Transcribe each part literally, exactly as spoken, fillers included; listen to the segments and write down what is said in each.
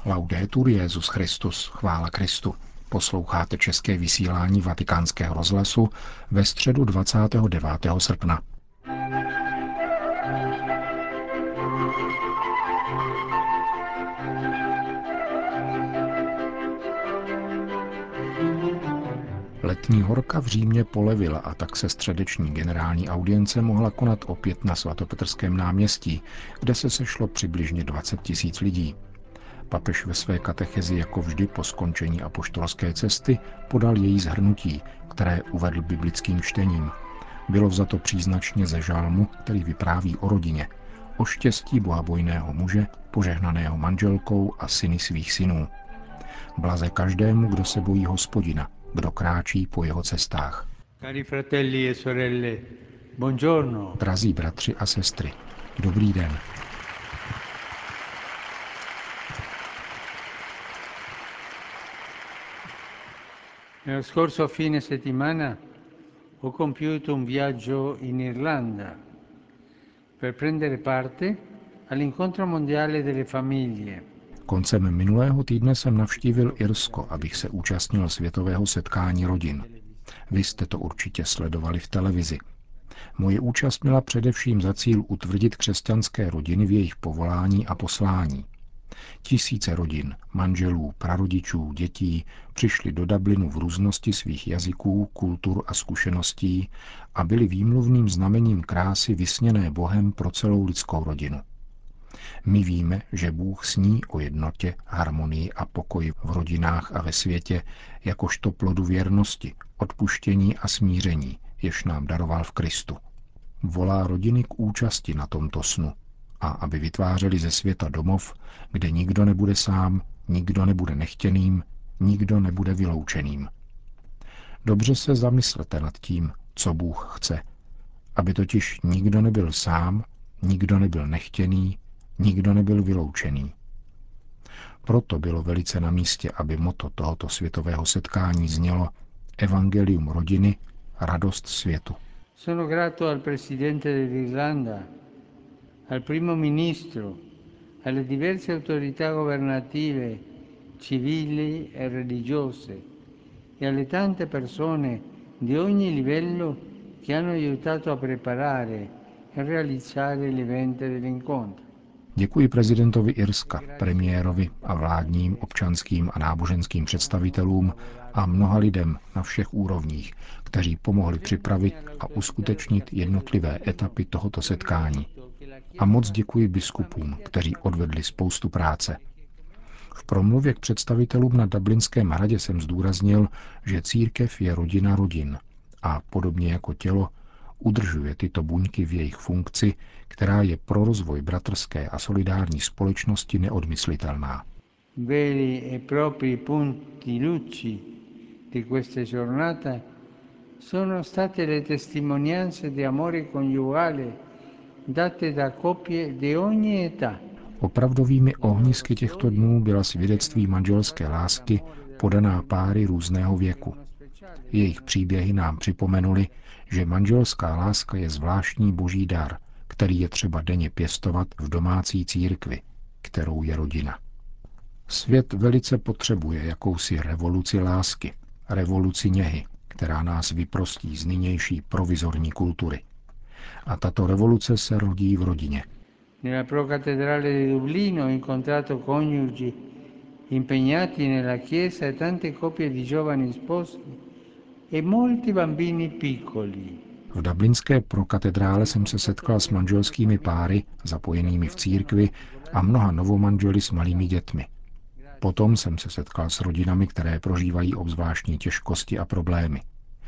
Laudetur Jesus Christus, chvála Kristu. Posloucháte české vysílání Vatikánského rozhlasu ve středu dvacátého devátého srpna. Letní horka v Římě polevila a tak se středeční generální audience mohla konat opět na svatopetrském náměstí, kde se sešlo přibližně dvacet tisíc lidí. Papež ve své katechezi jako vždy po skončení apoštolské cesty podal její shrnutí, které uvedl biblickým čtením. Bylo vzato příznačně ze žálmu, který vypráví o rodině, o štěstí bohabojného muže, požehnaného manželkou a syny svých synů. Blaze každému, kdo se bojí Hospodina, kdo kráčí po jeho cestách. Cari fratelli e sorelle, buongiorno. Drazí bratři a sestry, dobrý den. Nello scorso fine settimana ho compiuto un viaggio in Irlanda per prendere parte all'incontro mondiale delle famiglie. Koncem minulého týdne jsem navštívil Irsko, abych se účastnil světového setkání rodin. Vy jste to určitě sledovali v televizi. Moje účast měla především za cíl utvrdit křesťanské rodiny v jejich povolání a poslání. Tisíce rodin, manželů, prarodičů, dětí přišli do Dublinu v různosti svých jazyků, kultur a zkušeností a byli výmluvným znamením krásy vysněné Bohem pro celou lidskou rodinu. My víme, že Bůh sní o jednotě, harmonii a pokoji v rodinách a ve světě jakožto plodu věrnosti, odpuštění a smíření, jež nám daroval v Kristu. Volá rodiny k účasti na tomto snu a aby vytvářeli ze světa domov, kde nikdo nebude sám, nikdo nebude nechtěným, nikdo nebude vyloučeným. Dobře se zamyslete nad tím, co Bůh chce, aby totiž nikdo nebyl sám, nikdo nebyl nechtěný, nikdo nebyl vyloučený. Proto bylo velice na místě, aby motto tohoto světového setkání znělo Evangelium rodiny, radost světu. Sono grato al presidente dell'Irlanda, al primo ministro, alle diverse autorità governative, civili e religiose e alle tante persone di ogni livello che hanno aiutato a preparare e realizzare l'evento dell'incontro. Děkuji prezidentovi Irska, premiérovi a vládním, občanským a náboženským představitelům a mnoha lidem na všech úrovních, kteří pomohli připravit a uskutečnit jednotlivé etapy tohoto setkání. A moc děkuji biskupům, kteří odvedli spoustu práce. V promluvě k představitelům na Dublinském hradě jsem zdůraznil, že církev je rodina rodin a podobně jako tělo udržuje tyto buňky v jejich funkci, která je pro rozvoj bratrské a solidární společnosti neodmyslitelná. Veri e propri punti luci di questa giornata sono state le testimonianze di amore coniugale date da coppie di ogni età. Opravdovými ohnisky těchto dnů byla svědectví manželské lásky podaná páry různého věku. Jejich příběhy nám připomenuli, že manželská láska je zvláštní boží dar, který je třeba denně pěstovat v domácí církvi, kterou je rodina. Svět velice potřebuje jakousi revoluci lásky, revoluci něhy, která nás vyprostí z nynější provizorní kultury. A tato revoluce se rodí v rodině. Nella procattedrale di Dublino ho incontrato coniugi impegnati nella chiesa e tante coppie di giovani sposi e molti bambini piccoli. V dublinské prokatedrále jsem se setkal s manželskými páry, zapojenými v církvi a mnoha novomanželi s malými dětmi. Potom jsem se setkal s rodinami, které prožívají obzvláštní těžkosti a problémy.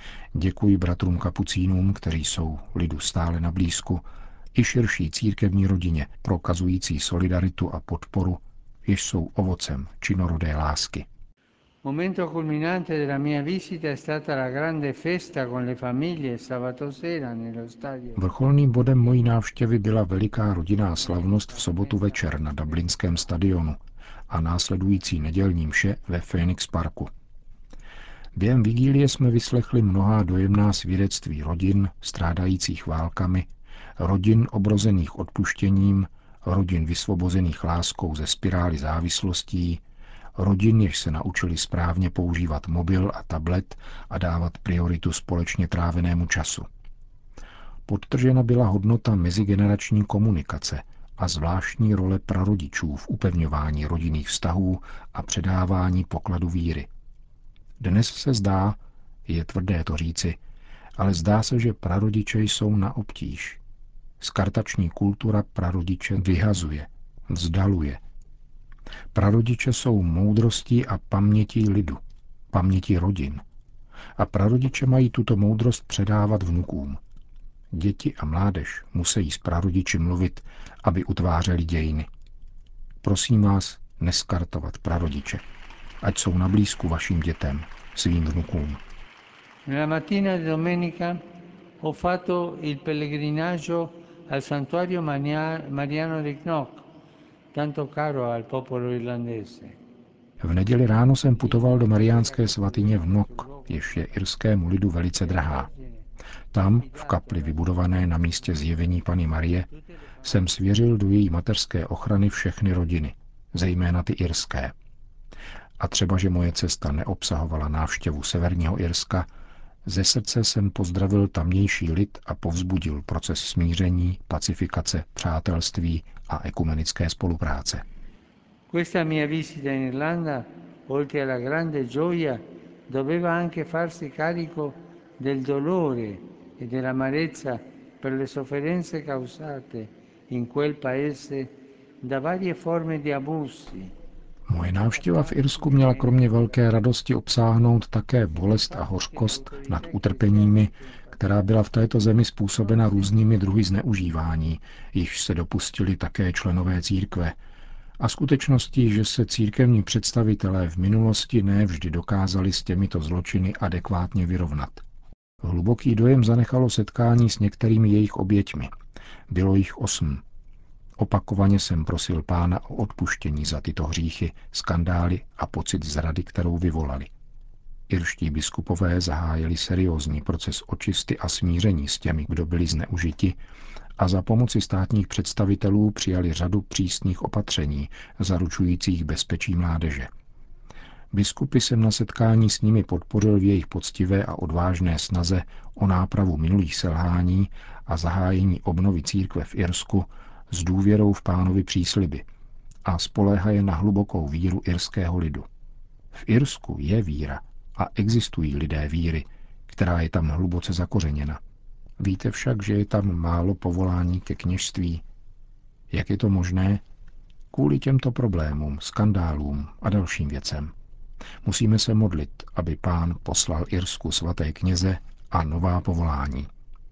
Děkuji bratrům kapucínům, kteří jsou lidu stále na blízku, i širší církevní rodině, prokazující solidaritu a podporu, jež jsou ovocem činorodé lásky. Momento culminante della mia visita è stata la grande festa con le famiglie sabato sera nello stadio. Vrcholným bodem mojí návštěvy byla veliká rodinná slavnost v sobotu večer na dublinském stadionu a následující nedělní mše ve Phoenix Parku. Během vigílie jsme vyslechli mnohá dojemná svědectví rodin strádajících válkami, rodin obrozených odpuštěním, rodin vysvobozených láskou ze spirály závislostí, rodin, jež se naučili správně používat mobil a tablet a dávat prioritu společně trávenému času. Podtržena byla hodnota mezigenerační komunikace a zvláštní role prarodičů v upevňování rodinných vztahů a předávání pokladu víry. Dnes se zdá, je tvrdé to říci, ale zdá se, že prarodiče jsou na obtíž. Skartační kultura prarodiče vyhazuje, vzdaluje. Prarodiče jsou moudrostí a pamětí lidu, pamětí rodin. A prarodiče mají tuto moudrost předávat vnukům. Děti a mládež musí s prarodiči mluvit, aby utvářeli dějiny. Prosím vás, neskartovat prarodiče, ať jsou na blízku vašim dětem, svým vnukům. Nella mattina di domenica ho fatto il pellegrinaggio al santuario Mariano di Knock, tanto caro al popolo irlandese. V neděli ráno jsem putoval do mariánské svatyně v Knock, jež je irskému lidu velice drahá. Tam, v kapli vybudované na místě zjevení Panny Marie, jsem svěřil do její mateřské ochrany všechny rodiny, zejména ty irské. A třeba, že moje cesta neobsahovala návštěvu severního Irska, ze srdce jsem pozdravil tamnější lid a povzbudil proces smíření, pacifikace, přátelství a ekumenické spolupráce. Questa mia visita in Irlanda, oltre alla grande gioia, doveva anche farsi carico del dolore e dell'amarezza per le sofferenze causate in quel paese da varie forme di abusi. Moje návštěva v Irsku měla kromě velké radosti obsáhnout také bolest a hořkost nad utrpeními, která byla v této zemi způsobena různými druhy zneužívání, jichž se dopustili také členové církve, a skutečností, že se církevní představitelé v minulosti ne vždy dokázali s těmito zločiny adekvátně vyrovnat. Hluboký dojem zanechalo setkání s některými jejich oběťmi. Bylo jich osm. Opakovaně jsem prosil Pána o odpuštění za tyto hříchy, skandály a pocit zrady, kterou vyvolali. Irští biskupové zahájili seriózní proces očisty a smíření s těmi, kdo byli zneužiti, a za pomoci státních představitelů přijali řadu přísných opatření, zaručujících bezpečí mládeže. Biskupy jsem na setkání s nimi podpořil v jejich poctivé a odvážné snaze o nápravu minulých selhání a zahájení obnovy církve v Irsku s důvěrou v Pánovi přísliby a spoléhaje na hlubokou víru irského lidu. V Irsku je víra a existují lidé víry, která je tam hluboce zakořeněna. Víte však, že je tam málo povolání ke kněžství. Jak je to možné? Kvůli těmto problémům, skandálům a dalším věcem. Musíme se modlit, aby Pán poslal Irsku svaté kněze a nová povolání.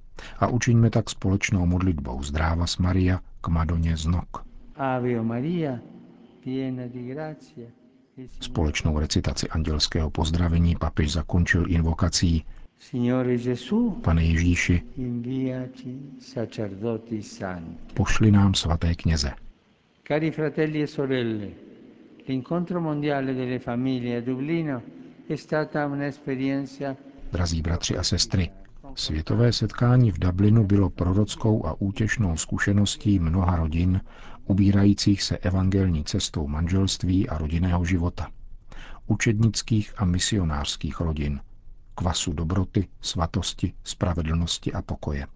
A učiňme tak společnou modlitbou Zdravas Maria k Madoně z Knock. Ave Maria, piena di grazia. Společnou recitaci andělského pozdravení papež zakončil invokací Signore Gesù, Pane Ježíši, inviaci sacerdoti santi. Pošli nám svaté kněze. Cari fratelli e sorelle, l'incontro mondiale delle famiglie a Dublino è stata un'esperienza. Drazí bratři a sestry, světové setkání v Dublinu bylo prorockou a útěšnou zkušeností mnoha rodin, ubírajících se evangelní cestou manželství a rodinného života. Učednických a misionářských rodin, kvasu dobroty, svatosti, spravedlnosti a pokoje.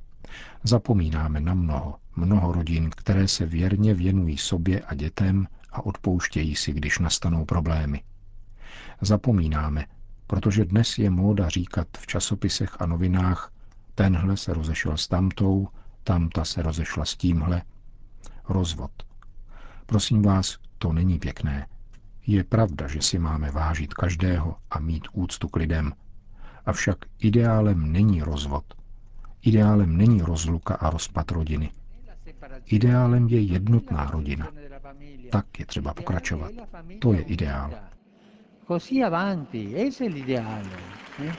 Zapomínáme na mnoho, mnoho rodin, které se věrně věnují sobě a dětem a odpouštějí si, když nastanou problémy. Zapomínáme, protože dnes je móda říkat v časopisech a novinách, tenhle se rozešel s tamtou, tamta se rozešla s tímhle. Rozvod. Prosím vás, to není pěkné. Je pravda, že si máme vážit každého a mít úctu k lidem. Avšak ideálem není rozvod. Ideálem není rozluka a rozpad rodiny. Ideálem je jednotná rodina. Tak je třeba pokračovat. To je ideál. Così avanti, ese è l'ideale. Eh?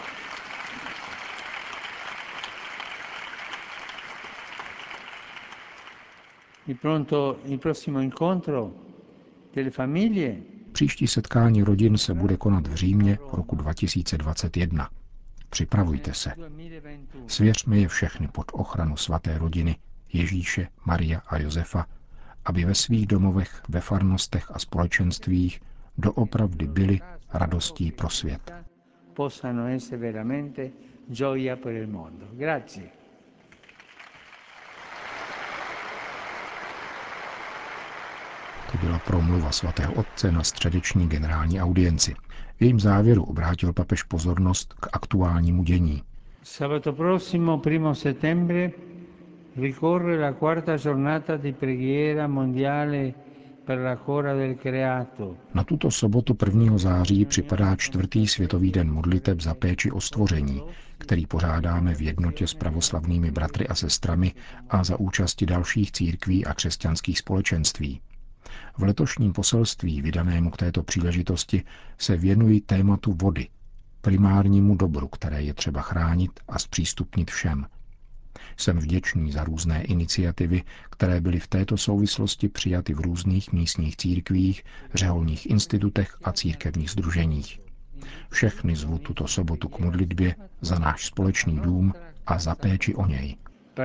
Il, pronto, il prossimo incontro delle famiglie. Příští setkání rodin se bude konat v Římě roku dva tisíce dvacet jedna. Připravujte se. Svěřme je všechny pod ochranu svaté rodiny Ježíše, Maria a Josefa, aby ve svých domovech, ve farnostech a společenstvích doopravdy byli radostí pro svět. Possano essere veramente gioia per il mondo. Grazie. To byla promluva svatého otce na středeční generální audienci. V jejím závěru obrátil papež pozornost k aktuálnímu dění. Sabato prossimo, primo settembre, ricorre la quarta giornata di preghiera mondiale per la cura del creato. Na tuto sobotu prvního září připadá čtvrtý světový den modliteb za péči o stvoření, který pořádáme v jednotě s pravoslavnými bratry a sestrami a za účasti dalších církví a křesťanských společenství. V letošním poselství, vydanému k této příležitosti, se věnují tématu vody, primárnímu dobru, které je třeba chránit a zpřístupnit všem. Jsem vděčný za různé iniciativy, které byly v této souvislosti přijaty v různých místních církvích, řeholních institutech a církevních sdruženích. Všechny zvu tuto sobotu k modlitbě za náš společný dům a za péči o něj.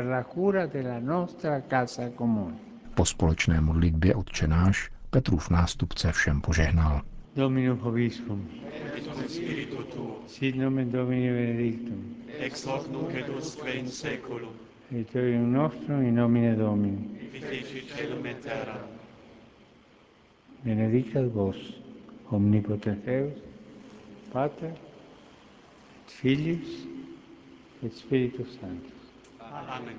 Po společné modlitbě Otče náš Petrův nástupce všem požehnal. Dominum vobiscum. Et cum spiritu tuo. Sit nomen Domini benedictum. Ex hoc nunc et usque in saeculum. Aiutorium nostrum in nomine Domini. Qui feci caelum et terram. Benedicat vos, omnipotens Deus, Pater, et Filius, et Spiritus Sanctus. Amen.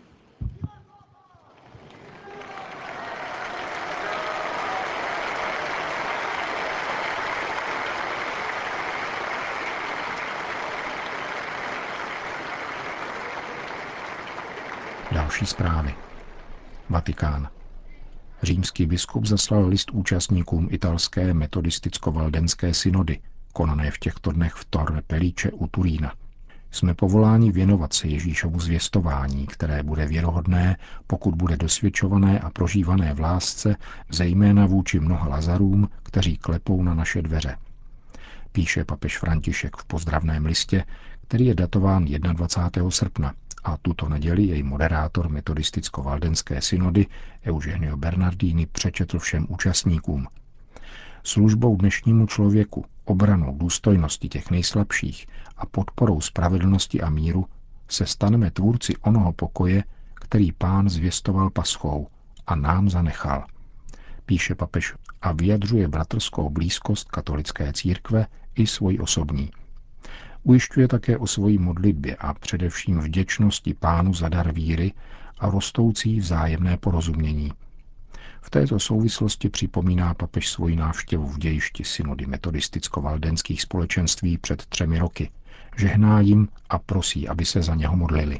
Další zprávy. Vatikán. Římský biskup zaslal list účastníkům italské metodisticko-valdenské synody, konané v těchto dnech v Torre Pellice u Turína. Jsme povoláni věnovat se Ježíšovu zvěstování, které bude věrohodné, pokud bude dosvědčované a prožívané v lásce, zejména vůči mnoha Lazarům, kteří klepou na naše dveře. Píše papež František v pozdravném listě, který je datován dvacátého prvního srpna a tuto neděli jej moderátor metodisticko-valdenské synody Eugenio Bernardini přečetl všem účastníkům. Službou dnešnímu člověku, obranou důstojnosti těch nejslabších a podporou spravedlnosti a míru se staneme tvůrci onoho pokoje, který Pán zvěstoval paschou a nám zanechal. Píše papež a vyjadřuje bratrskou blízkost katolické církve i svoji osobní. Ujišťuje také o svojí modlitbě a především vděčnosti Pánu za dar víry a rostoucí vzájemné porozumění. V této souvislosti připomíná papež svoji návštěvu v dějišti synody metodisticko-valdenských společenství před třemi roky. Žehná jim a prosí, aby se za něho modlili.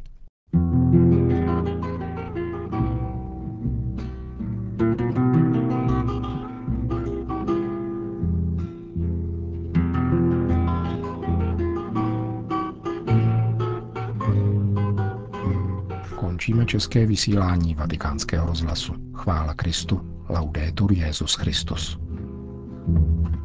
Končíme české vysílání Vatikánského rozhlasu. Chvála Kristu, laudetur Jesus Christus.